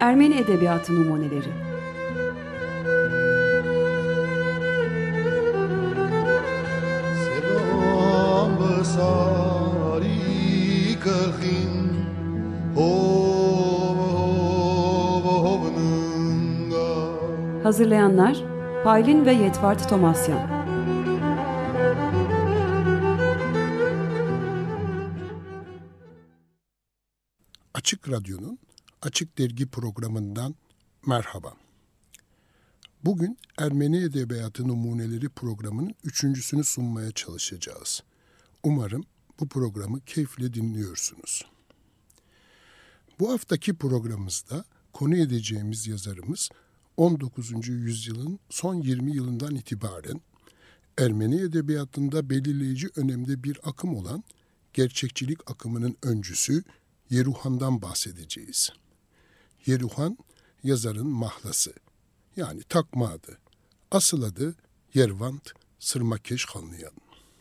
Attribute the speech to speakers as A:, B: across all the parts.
A: Ermeni Edebiyatı Numuneleri. Hazırlayanlar Paylin ve Yetvart Tomasyan.
B: Açık Radyo'nun Açık Dergi programından merhaba. Bugün Ermeni Edebiyatı Numuneleri programının 3.'sünü sunmaya çalışacağız. Umarım bu programı keyifle dinliyorsunuz. Bu haftaki programımızda konu edeceğimiz yazarımız 19. yüzyılın son 20 yılından itibaren Ermeni edebiyatında belirleyici önemde bir akım olan gerçekçilik akımının öncüsü Yeruhan'dan bahsedeceğiz. Yeruhan, yazarın mahlası, yani takma adı. Asıl adı Yervant Sırmakeşxanlıyan.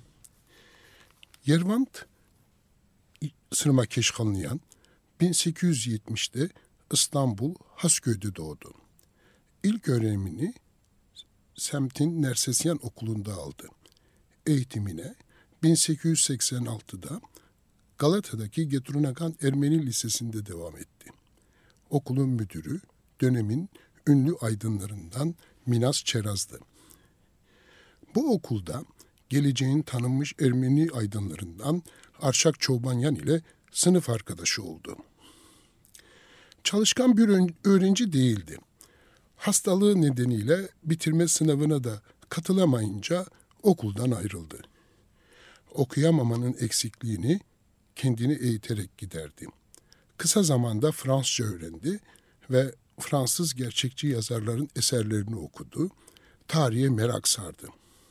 B: Yervant Sırmakeşxanlıyan 1870'te İstanbul Hasköy'de doğdu. İlk öğrenimini semtin Nersesyan Okulu'nda aldı. Eğitimine 1886'da Galata'daki Getrunagan Ermeni Lisesi'nde devam etti. Okulun müdürü dönemin ünlü aydınlarından Minas Çeraz'dı. Bu okulda geleceğin tanınmış Ermeni aydınlarından Arşak Çobanyan ile sınıf arkadaşı oldu. Çalışkan bir öğrenci değildi. Hastalığı nedeniyle bitirme sınavına da katılamayınca okuldan ayrıldı. Okuyamamanın eksikliğini kendini eğiterek giderdi. Kısa zamanda Fransızca öğrendi ve Fransız gerçekçi yazarların eserlerini okudu. Tarihe merak sardı.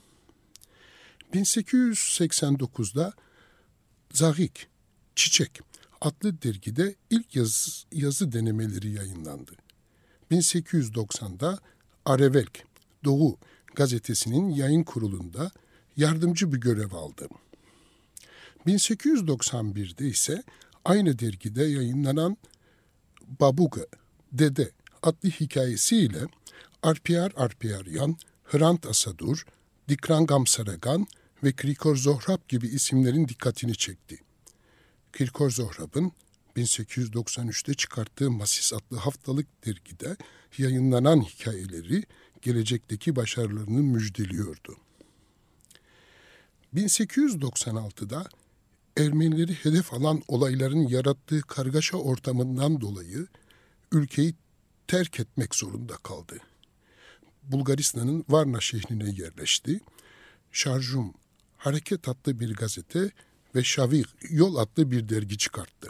B: 1889'da Zahik, Çiçek adlı dergide ilk yazı denemeleri yayınlandı. 1890'da Arevelk, Doğu gazetesinin yayın kurulunda yardımcı bir görev aldı. 1891'de ise aynı dergide yayınlanan Babuga, Dede adlı hikayesiyle Arpiyar Hrant Asadur, Dikrangam Saragan ve Krikor Zohrab gibi isimlerin dikkatini çekti. Krikor Zohrab'ın 1893'te çıkarttığı Masis adlı haftalık dergide yayınlanan hikayeleri gelecekteki başarılarını müjdeliyordu. 1896'da Ermenileri hedef alan olayların yarattığı kargaşa ortamından dolayı ülkeyi terk etmek zorunda kaldı. Bulgaristan'ın Varna şehrine yerleşti. Şarjum, Hareket adlı bir gazete ve Şavir, Yol adlı bir dergi çıkarttı.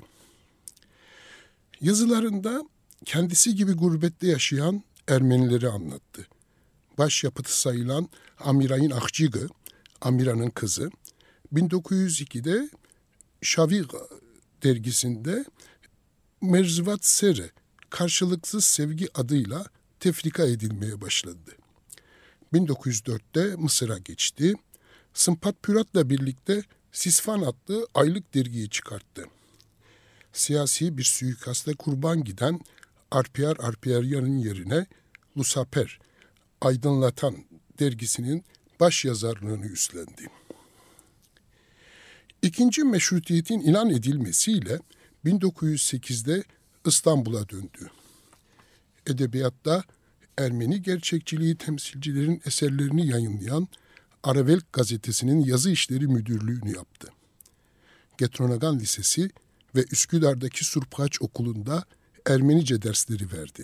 B: Yazılarında kendisi gibi gurbette yaşayan Ermenileri anlattı. Başyapıtı sayılan Amirayın Akçigı, Amira'nın kızı, 1902'de Şavir dergisinde Merzivat Sere, karşılıksız sevgi adıyla tefrika edilmeye başladı. 1904'te Mısır'a geçti. Sımpat Pürat'la birlikte Sisfan adlı aylık dergiyi çıkarttı. Siyasi bir suikasta kurban giden Arpiyaryan'ın yerine Lusaper, Aydınlatan dergisinin baş yazarlığını üstlendi. İkinci meşrutiyetin ilan edilmesiyle 1908'de İstanbul'a döndü. Edebiyatta Ermeni gerçekçiliği temsilcilerin eserlerini yayınlayan Aravelk gazetesinin yazı işleri müdürlüğünü yaptı. Getrunagan Lisesi ve Üsküdar'daki Surpaç Okulu'nda Ermenice dersleri verdi.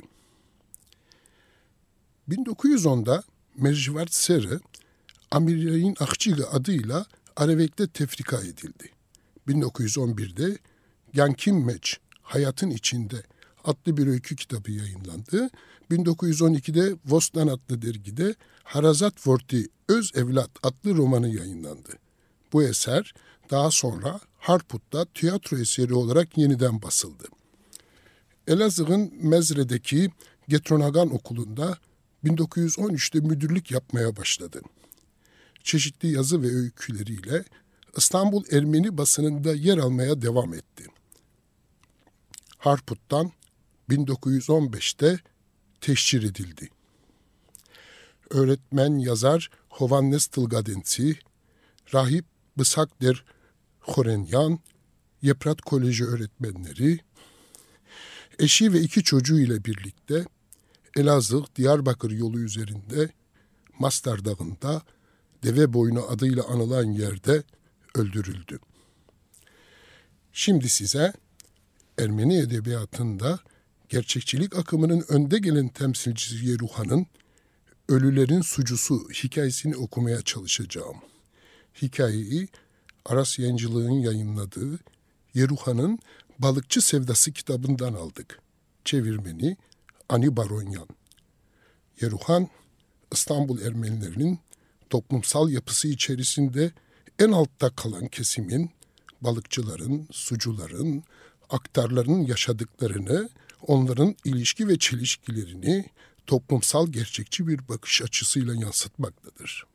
B: 1910'da Merjivart Sere, Amirayın Akçigı adıyla Aravelk'te tefrika edildi. 1911'de Genkim Meç, Hayatın İçinde adlı bir öykü kitabı yayınlandı. 1912'de Vostan adlı dergide Harazat Vorti Öz Evlat adlı romanı yayınlandı. Bu eser daha sonra Harput'ta tiyatro eseri olarak yeniden basıldı. Elazığ'ın Mezre'deki Getrunagan Okulu'nda 1913'te müdürlük yapmaya başladı. Çeşitli yazı ve öyküleriyle İstanbul Ermeni basınında yer almaya devam etti. Harput'tan 1915'te teşhir edildi. Öğretmen yazar Hovannes Tılgadensi, rahip Bısakder Khorenyan, Yeprat Koleji öğretmenleri, eşi ve 2 çocuğu ile birlikte Elazığ-Diyarbakır yolu üzerinde Mastar Dağı'nda Deve Boynu adıyla anılan yerde öldürüldü. Şimdi size Ermeni edebiyatında gerçekçilik akımının önde gelen temsilcisi Yeruhan'ın Ölülerin Sucusu hikayesini okumaya çalışacağım. Hikayeyi Aras Yayıncılığı'nın yayınladığı Yeruhan'ın Balıkçı Sevdası kitabından aldık. Çevirmeni Ani Baronyan. Yeruhan, İstanbul Ermenilerinin toplumsal yapısı içerisinde en altta kalan kesimin, balıkçıların, sucuların, aktarların yaşadıklarını, onların ilişki ve çelişkilerini toplumsal gerçekçi bir bakış açısıyla yansıtmaktadır.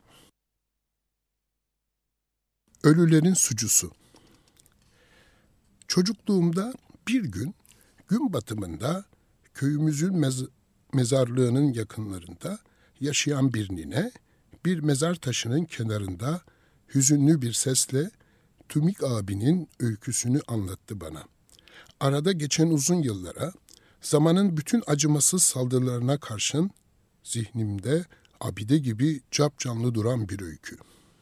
B: Ölülerin Sucusu. Çocukluğumda bir gün batımında köyümüzün mezarlığının yakınlarında yaşayan bir nine, bir mezar taşının kenarında hüzünlü bir sesle Tümik abinin öyküsünü anlattı bana. Arada geçen uzun yıllara, zamanın bütün acımasız saldırılarına karşın zihnimde abide gibi capcanlı duran bir öykü.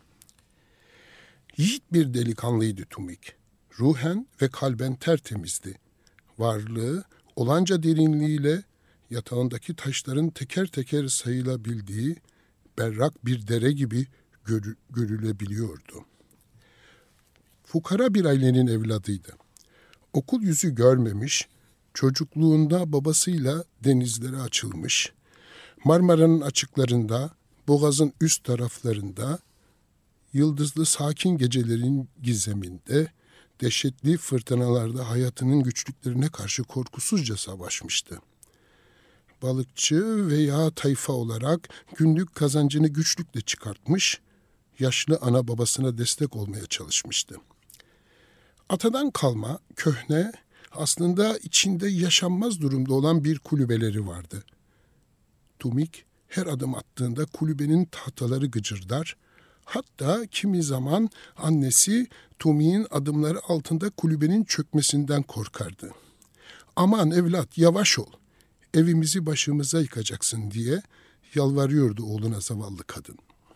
B: Yiğit bir delikanlıydı Tümik. Ruhen ve kalben tertemizdi. Varlığı olanca derinliğiyle yatağındaki taşların teker teker sayılabildiği berrak bir dere gibi görülebiliyordu. Fukara bir ailenin evladıydı. Okul yüzü görmemiş, çocukluğunda babasıyla denizlere açılmış, Marmara'nın açıklarında, Boğaz'ın üst taraflarında, yıldızlı sakin gecelerin gizeminde, dehşetli fırtınalarda hayatının güçlüklerine karşı korkusuzca savaşmıştı. Balıkçı veya tayfa olarak günlük kazancını güçlükle çıkartmış, yaşlı ana babasına destek olmaya çalışmıştı. Atadan kalma, köhne, aslında içinde yaşanmaz durumda olan bir kulübeleri vardı. Tümik her adım attığında kulübenin tahtaları gıcırdar, hatta kimi zaman annesi Tümik'in adımları altında kulübenin çökmesinden korkardı. "Aman evlat, yavaş ol, evimizi başımıza yıkacaksın" diye yalvarıyordu oğluna zavallı kadın.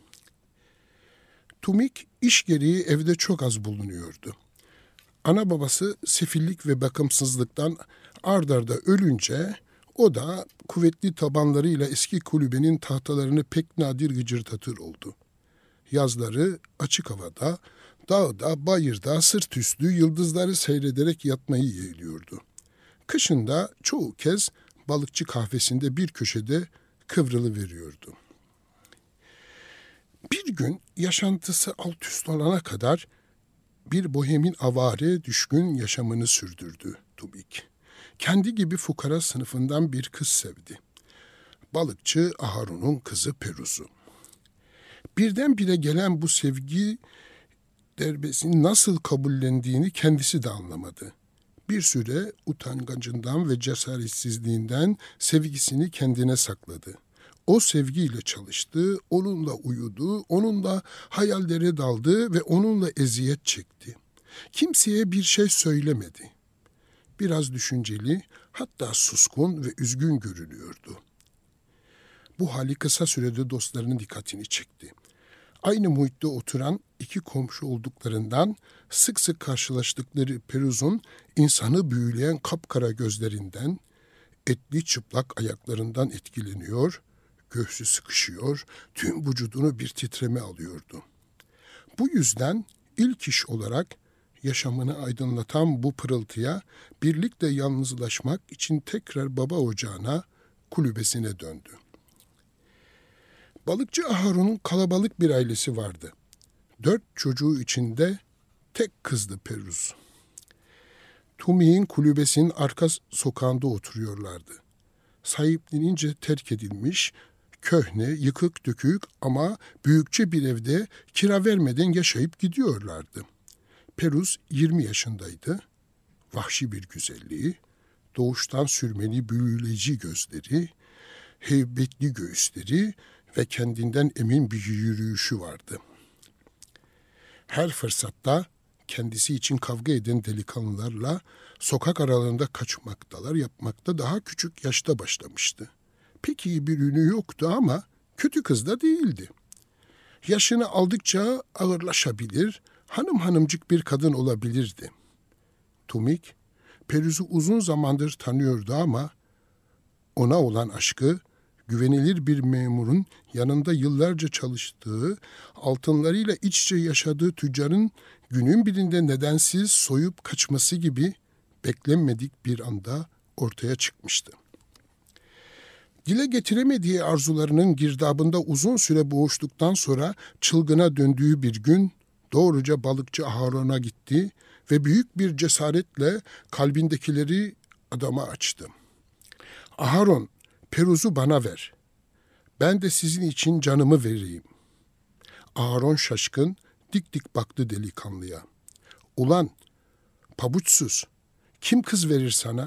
B: Tümik iş gereği evde çok az bulunuyordu. Ana babası sefillik ve bakımsızlıktan ard arda ölünce o da kuvvetli tabanlarıyla eski kulübenin tahtalarını pek nadir gıcırdatır oldu. Yazları açık havada, dağda, bayırda sırt üstü yıldızları seyrederek yatmayı yeğliyordu. Kışında çoğu kez balıkçı kahvesinde bir köşede kıvrılıveriyordu. Bir gün yaşantısı alt üst olana kadar bir bohemin avare düşkün yaşamını sürdürdü Tümik. Kendi gibi fukara sınıfından bir kız sevdi. Balıkçı Aharun'un kızı Peruz'u. Birdenbire gelen bu sevgi derbesinin nasıl kabullendiğini kendisi de anlamadı. Bir süre utangacından ve cesaretsizliğinden sevgisini kendine sakladı. O sevgiyle çalıştı, onunla uyudu, onunla hayallere daldı ve onunla eziyet çekti. Kimseye bir şey söylemedi. Biraz düşünceli, hatta suskun ve üzgün görünüyordu. Bu hali kısa sürede dostlarının dikkatini çekti. Aynı muhitte oturan 2 komşu olduklarından sık sık karşılaştıkları Peruz'un insanı büyüleyen kapkara gözlerinden, etli çıplak ayaklarından etkileniyor, göğsü sıkışıyor, tüm vücudunu bir titreme alıyordu. Bu yüzden ilk iş olarak yaşamını aydınlatan bu pırıltıya birlikte yalnızlaşmak için tekrar baba ocağına, kulübesine döndü. Balıkçı Aharun'un kalabalık bir ailesi vardı. 4 çocuğu içinde tek kızdı Peruz. Tümik'in kulübesinin arka sokağında oturuyorlardı. Sahiplenince terk edilmiş, köhne, yıkık dökük ama büyükçe bir evde kira vermeden yaşayıp gidiyorlardı. Peruz 20 yaşındaydı. Vahşi bir güzelliği, doğuştan sürmeli büyüleyici gözleri, heybetli göğüsleri ve kendinden emin bir yürüyüşü vardı. Her fırsatta kendisi için kavga eden delikanlılarla sokak aralarında kaçmaktalar yapmakta daha küçük yaşta başlamıştı. Pek iyi bir ünü yoktu ama kötü kız da değildi. Yaşını aldıkça ağırlaşabilir, hanım hanımcık bir kadın olabilirdi. Tumik, Peruz'u uzun zamandır tanıyordu ama ona olan aşkı, güvenilir bir memurun yanında yıllarca çalıştığı, altınlarıyla iç içe yaşadığı tüccarın günün birinde nedensiz soyup kaçması gibi beklenmedik bir anda ortaya çıkmıştı. Dile getiremediği arzularının girdabında uzun süre boğuştuktan sonra çılgına döndüğü bir gün doğruca balıkçı Aharon'a gitti ve büyük bir cesaretle kalbindekileri adama açtı. Aharon, Peruz'u bana ver. Ben de sizin için canımı vereyim. Aharon şaşkın, dik dik baktı delikanlıya. Ulan, pabuçsuz, kim kız verir sana?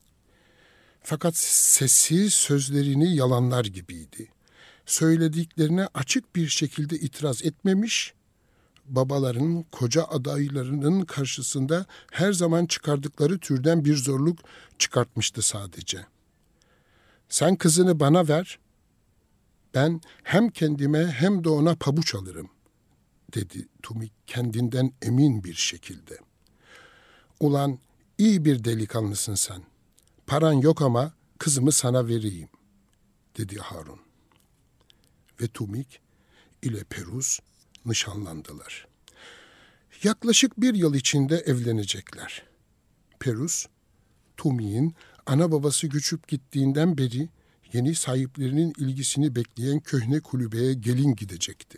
B: Fakat sesi sözlerini yalanlar gibiydi. Söylediklerine açık bir şekilde itiraz etmemiş, babaların, koca adaylarının karşısında her zaman çıkardıkları türden bir zorluk çıkartmıştı sadece. Sen kızını bana ver, ben hem kendime hem de ona pabuç alırım, dedi Tumik kendinden emin bir şekilde. Ulan iyi bir delikanlısın sen. Paran yok ama kızımı sana vereyim, dedi Harun. Ve Tumik ile Peruz nişanlandılar. Yaklaşık 1 yıl içinde evlenecekler. Peruz, Tumik'in ana babası göçüp gittiğinden beri yeni sahiplerinin ilgisini bekleyen köhne kulübeye gelin gidecekti.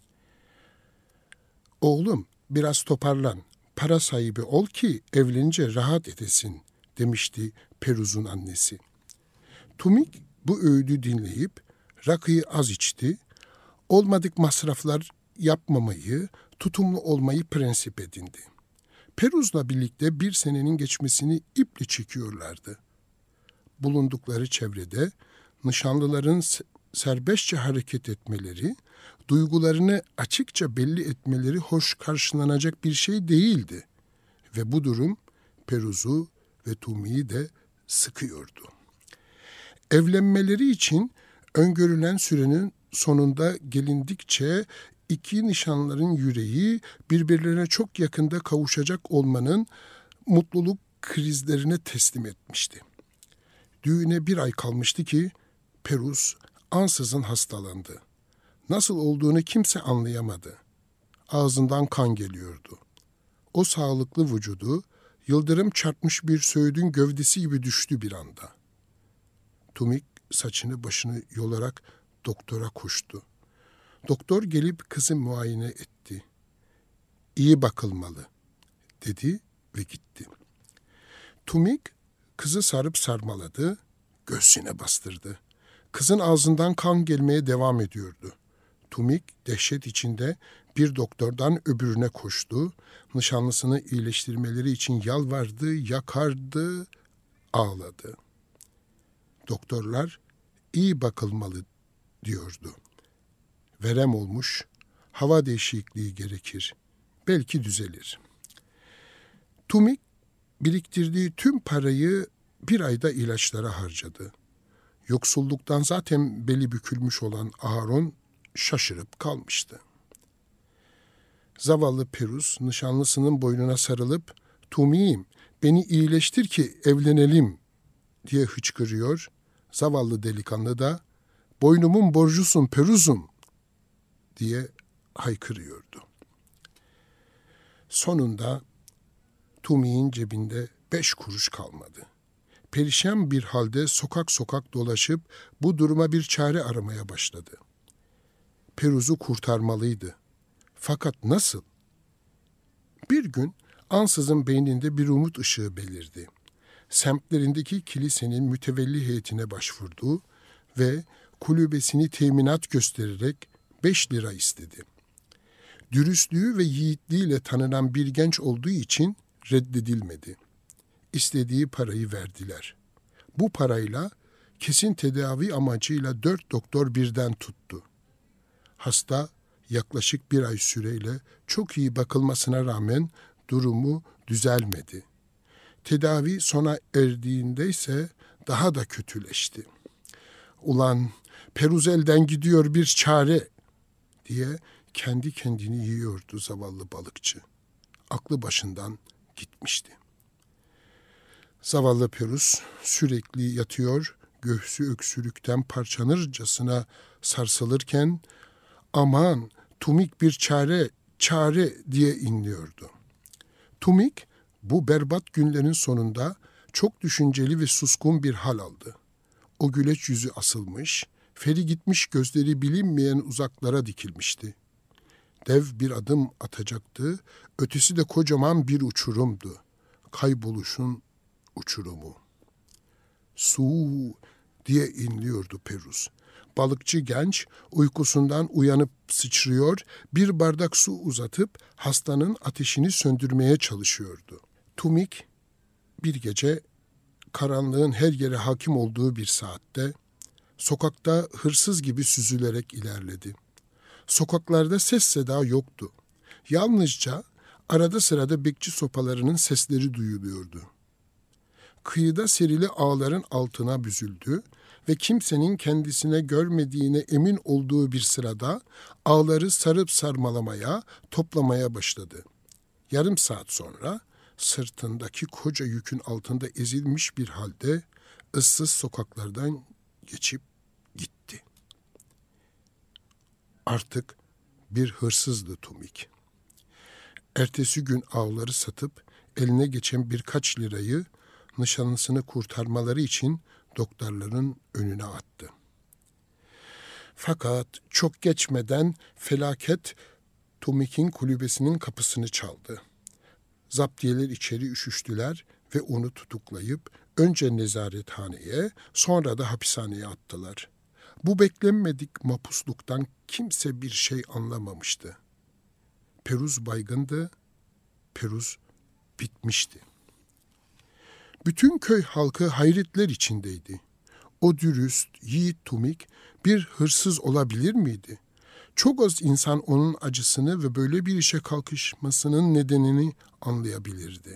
B: Oğlum biraz toparlan, para sahibi ol ki evlenince rahat edesin, demişti Peruz'un annesi. Tumik bu öğüdü dinleyip rakıyı az içti, olmadık masraflar yapmamayı, tutumlu olmayı prensip edindi. Peruz'la birlikte 1 senenin geçmesini iple çekiyorlardı. Bulundukları çevrede nişanlıların serbestçe hareket etmeleri, duygularını açıkça belli etmeleri hoş karşılanacak bir şey değildi. Ve bu durum Peruz'u ve Tumik'i de sıkıyordu. Evlenmeleri için öngörülen sürenin sonunda gelindikçe iki nişanlıların yüreği birbirlerine çok yakında kavuşacak olmanın mutluluk krizlerine teslim etmişti. Düğüne 1 ay kalmıştı ki Peruz ansızın hastalandı. Nasıl olduğunu kimse anlayamadı. Ağzından kan geliyordu. O sağlıklı vücudu yıldırım çarpmış bir söğüdün gövdesi gibi düştü bir anda. Tumik saçını başını yolarak doktora koştu. Doktor gelip kızı muayene etti. İyi bakılmalı, dedi ve gitti. Tumik kızı sarıp sarmaladı, göğsüne bastırdı. Kızın ağzından kan gelmeye devam ediyordu. Tumik dehşet içinde bir doktordan öbürüne koştu. Nişanlısını iyileştirmeleri için yalvardı, yakardı, ağladı. Doktorlar iyi bakılmalı diyordu. Verem olmuş, hava değişikliği gerekir. Belki düzelir. Tumik biriktirdiği tüm parayı 1 ayda ilaçlara harcadı. Yoksulluktan zaten beli bükülmüş olan Aharon şaşırıp kalmıştı. Zavallı Peruz nişanlısının boynuna sarılıp "Tumik'im, beni iyileştir ki evlenelim," diye hıçkırıyor. Zavallı delikanlı da "Boynumun borcusun Peruz'um," diye haykırıyordu. Sonunda Tumik'in cebinde 5 kuruş kalmadı. Perişan bir halde sokak sokak dolaşıp bu duruma bir çare aramaya başladı. Peruz'u kurtarmalıydı. Fakat nasıl? Bir gün ansızın beyninde bir umut ışığı belirdi. Semtlerindeki kilisenin mütevelli heyetine başvurdu ve kulübesini teminat göstererek 5 lira istedi. Dürüstlüğü ve yiğitliğiyle tanınan bir genç olduğu için reddedilmedi. istediği parayı verdiler. Bu parayla kesin tedavi amacıyla 4 doktor birden tuttu. Hasta yaklaşık 1 ay süreyle çok iyi bakılmasına rağmen durumu düzelmedi. Tedavi sona erdiğinde ise daha da kötüleşti. "Ulan Peruzel'den gidiyor bir çare" diye kendi kendini yiyordu zavallı balıkçı. Aklı başından gitmişti. Zavallı Peruz sürekli yatıyor, göğsü öksürükten parçalanırcasına sarsılırken "Aman Tumik bir çare, çare" diye inliyordu. Tumik bu berbat günlerin sonunda çok düşünceli ve suskun bir hal aldı. O güleç yüzü asılmış, feri gitmiş gözleri bilinmeyen uzaklara dikilmişti. Dev bir adım atacaktı, ötesi de kocaman bir uçurumdu. Kayboluşun uçurumu. "Su" diye inliyordu Peruz. Balıkçı genç uykusundan uyanıp sıçrıyor, bir bardak su uzatıp hastanın ateşini söndürmeye çalışıyordu. Tumik bir gece karanlığın her yere hakim olduğu bir saatte sokakta hırsız gibi süzülerek ilerledi. Sokaklarda ses seda yoktu. Yalnızca arada sırada bekçi sopalarının sesleri duyuluyordu. Kıyıda serili ağların altına büzüldü ve kimsenin kendisine görmediğine emin olduğu bir sırada ağları sarıp sarmalamaya, toplamaya başladı. Yarım saat sonra sırtındaki koca yükün altında ezilmiş bir halde ıssız sokaklardan geçip gitti. Artık bir hırsızdı Tumik. Ertesi gün ağları satıp eline geçen birkaç lirayı nişanlısını kurtarmaları için doktorların önüne attı. Fakat çok geçmeden felaket Tumik'in kulübesinin kapısını çaldı. Zaptiyeler içeri üşüştüler ve onu tutuklayıp önce nezarethaneye, sonra da hapishaneye attılar. Bu beklenmedik mapusluktan kimse bir şey anlamamıştı. Peruz baygındı, Peruz bitmişti. Bütün köy halkı hayretler içindeydi. O dürüst, yiğit Tumik bir hırsız olabilir miydi? Çok az insan onun acısını ve böyle bir işe kalkışmasının nedenini anlayabilirdi.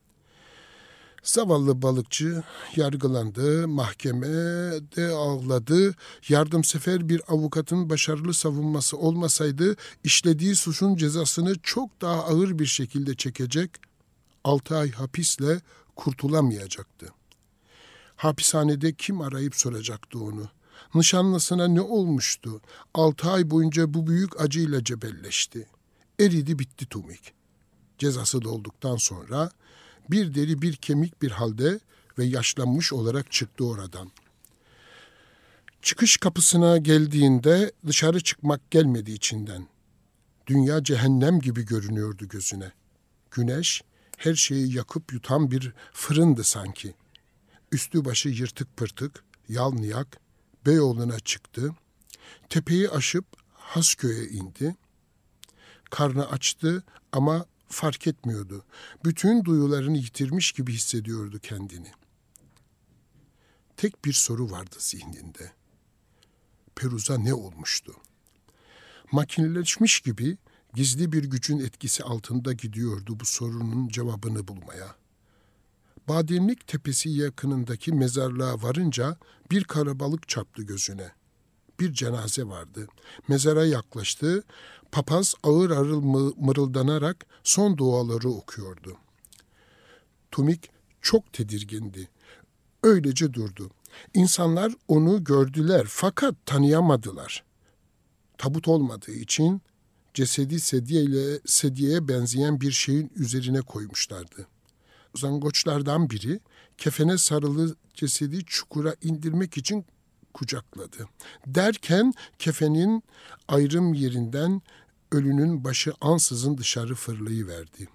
B: Zavallı balıkçı yargılandı, mahkemede ağladı. Yardımsever bir avukatın başarılı savunması olmasaydı işlediği suçun cezasını çok daha ağır bir şekilde çekecek, 6 ay hapisle kurtulamayacaktı. Hapishanede kim arayıp soracaktı onu? Nişanlısına ne olmuştu? 6 ay boyunca bu büyük acıyla cebelleşti. Eridi bitti Tumik. Cezası dolduktan sonra bir deri bir kemik bir halde ve yaşlanmış olarak çıktı oradan. Çıkış kapısına geldiğinde dışarı çıkmak gelmedi içinden. Dünya cehennem gibi görünüyordu gözüne. Güneş her şeyi yakıp yutan bir fırındı sanki. Üstü başı yırtık pırtık, yalnıyak, Beyoğlu'na çıktı. Tepeyi aşıp Hasköy'e indi. Karnı açtı ama fark etmiyordu. Bütün duyularını yitirmiş gibi hissediyordu kendini. Tek bir soru vardı zihninde. Peruz'a ne olmuştu? Makineleşmiş gibi gizli bir gücün etkisi altında gidiyordu bu sorunun cevabını bulmaya. Bademlik Tepesi yakınındaki mezarlığa varınca bir karabalık çarptı gözüne. Bir cenaze vardı. Mezara yaklaştı. Papaz ağır ağır mırıldanarak son duaları okuyordu. Tumik çok tedirgindi. Öylece durdu. İnsanlar onu gördüler fakat tanıyamadılar. Tabut olmadığı için cesedi sedyeye benzeyen bir şeyin üzerine koymuşlardı. Zangoçlardan biri kefene sarılı cesedi çukura indirmek için kucakladı. Derken kefenin ayrım yerinden ölünün başı ansızın dışarı fırlayıverdi.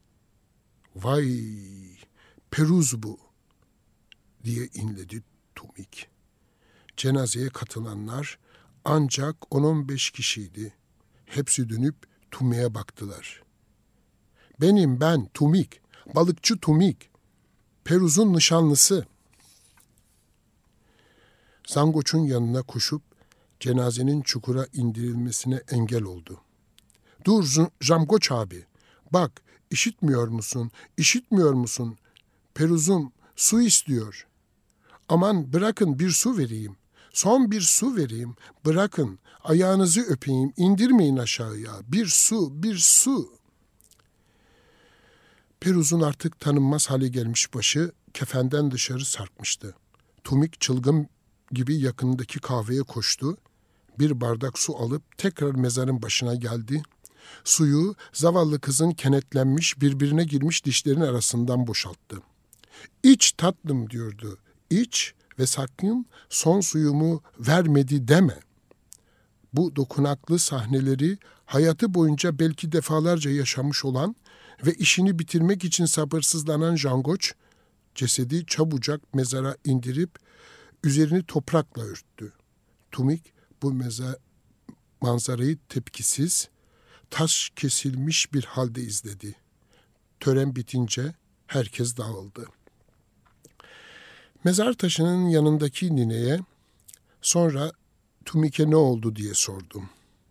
B: "Vay, Peruz bu!" diye inledi Tumik. Cenazeye katılanlar ancak 10-15 kişiydi. Hepsi dönüp Tumik'e baktılar. Ben, Tumik, balıkçı Tumik." Peruz'un nişanlısı. Zangoç'un yanına koşup cenazenin çukura indirilmesine engel oldu. Dur Zangoç abi, bak işitmiyor musun, işitmiyor musun? Peruz'um su istiyor. Aman bırakın bir su vereyim. Son bir su vereyim. Bırakın ayağınızı öpeyim. İndirmeyin aşağıya. Bir su, bir su. Peruz'un artık tanınmaz hale gelmiş başı kefenden dışarı sarkmıştı. Tumik çılgın gibi yakındaki kahveye koştu. Bir bardak su alıp tekrar mezarın başına geldi. Suyu zavallı kızın kenetlenmiş, birbirine girmiş dişlerin arasından boşalttı. İç tatlım diyordu. İç ve sakın son suyumu vermedi deme. Bu dokunaklı sahneleri hayatı boyunca belki defalarca yaşamış olan ve işini bitirmek için sabırsızlanan Zangoç, cesedi çabucak mezara indirip üzerini toprakla örttü. Tumik bu manzarayı tepkisiz, taş kesilmiş bir halde izledi. Tören bitince herkes dağıldı. Mezar taşının yanındaki nineye sonra Tumik'e ne oldu diye sordum.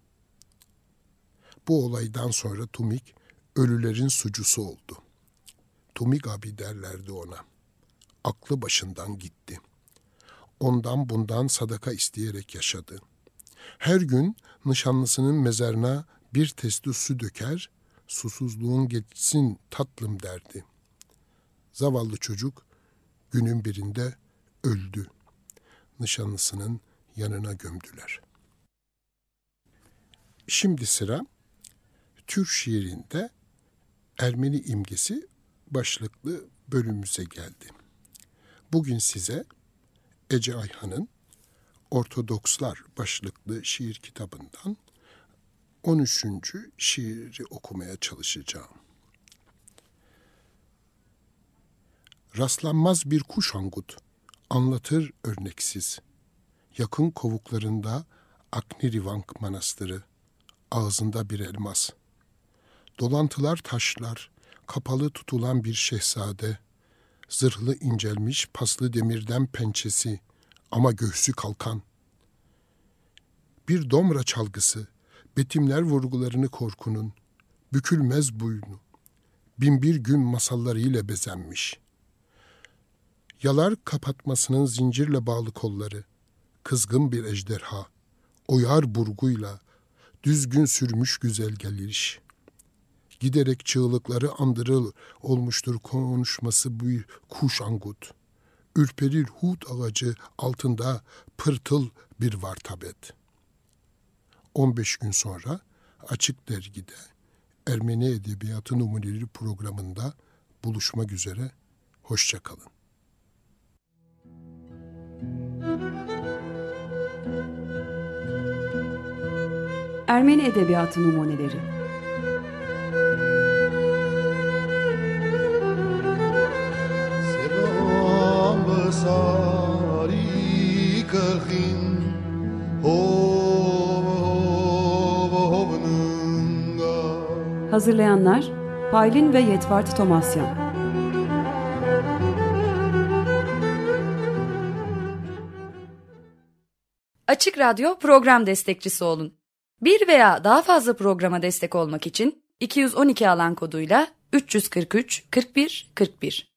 B: Bu olaydan sonra Tumik ölülerin sucusu oldu. Tumik abi derlerdi ona. Aklı başından gitti. Ondan bundan sadaka isteyerek yaşadı. Her gün nişanlısının mezarına bir testi su döker, susuzluğun geçsin tatlım derdi. Zavallı çocuk günün birinde öldü. Nişanlısının yanına gömdüler. Şimdi sıra Türk şiirinde Ermeni imgesi başlıklı bölümümüze geldi. Bugün size Ece Ayhan'ın Ortodokslar başlıklı şiir kitabından 13. şiiri okumaya çalışacağım. Rastlanmaz bir kuş angut, anlatır örneksiz. Yakın kovuklarında Aknirivank manastırı, ağzında bir elmas. Dolantılar taşlar, kapalı tutulan bir şehzade, zırhlı incelmiş paslı demirden pençesi ama göğsü kalkan. Bir domra çalgısı, betimler vurgularını korkunun, bükülmez boynu, binbir gün masallarıyla bezenmiş. Yalar kapatmasının zincirle bağlı kolları, kızgın bir ejderha, oyar burguyla, düzgün sürmüş güzel geliş. Giderek çığlıkları andırır olmuştur konuşması bu kuş angut. Ürperir hut ağacı altında pırtıl bir vartabet. 15 gün sonra Açık Dergi'de Ermeni Edebiyatı Numuneleri programında buluşmak üzere. Hoşça kalın.
A: Ermeni Edebiyatı Numuneleri. Hazırlayanlar Paylin ve Yetvart Tomasyan.
C: Açık Radyo program destekçisi olun. Bir veya daha fazla programa destek olmak için 212 alan koduyla 343 41 41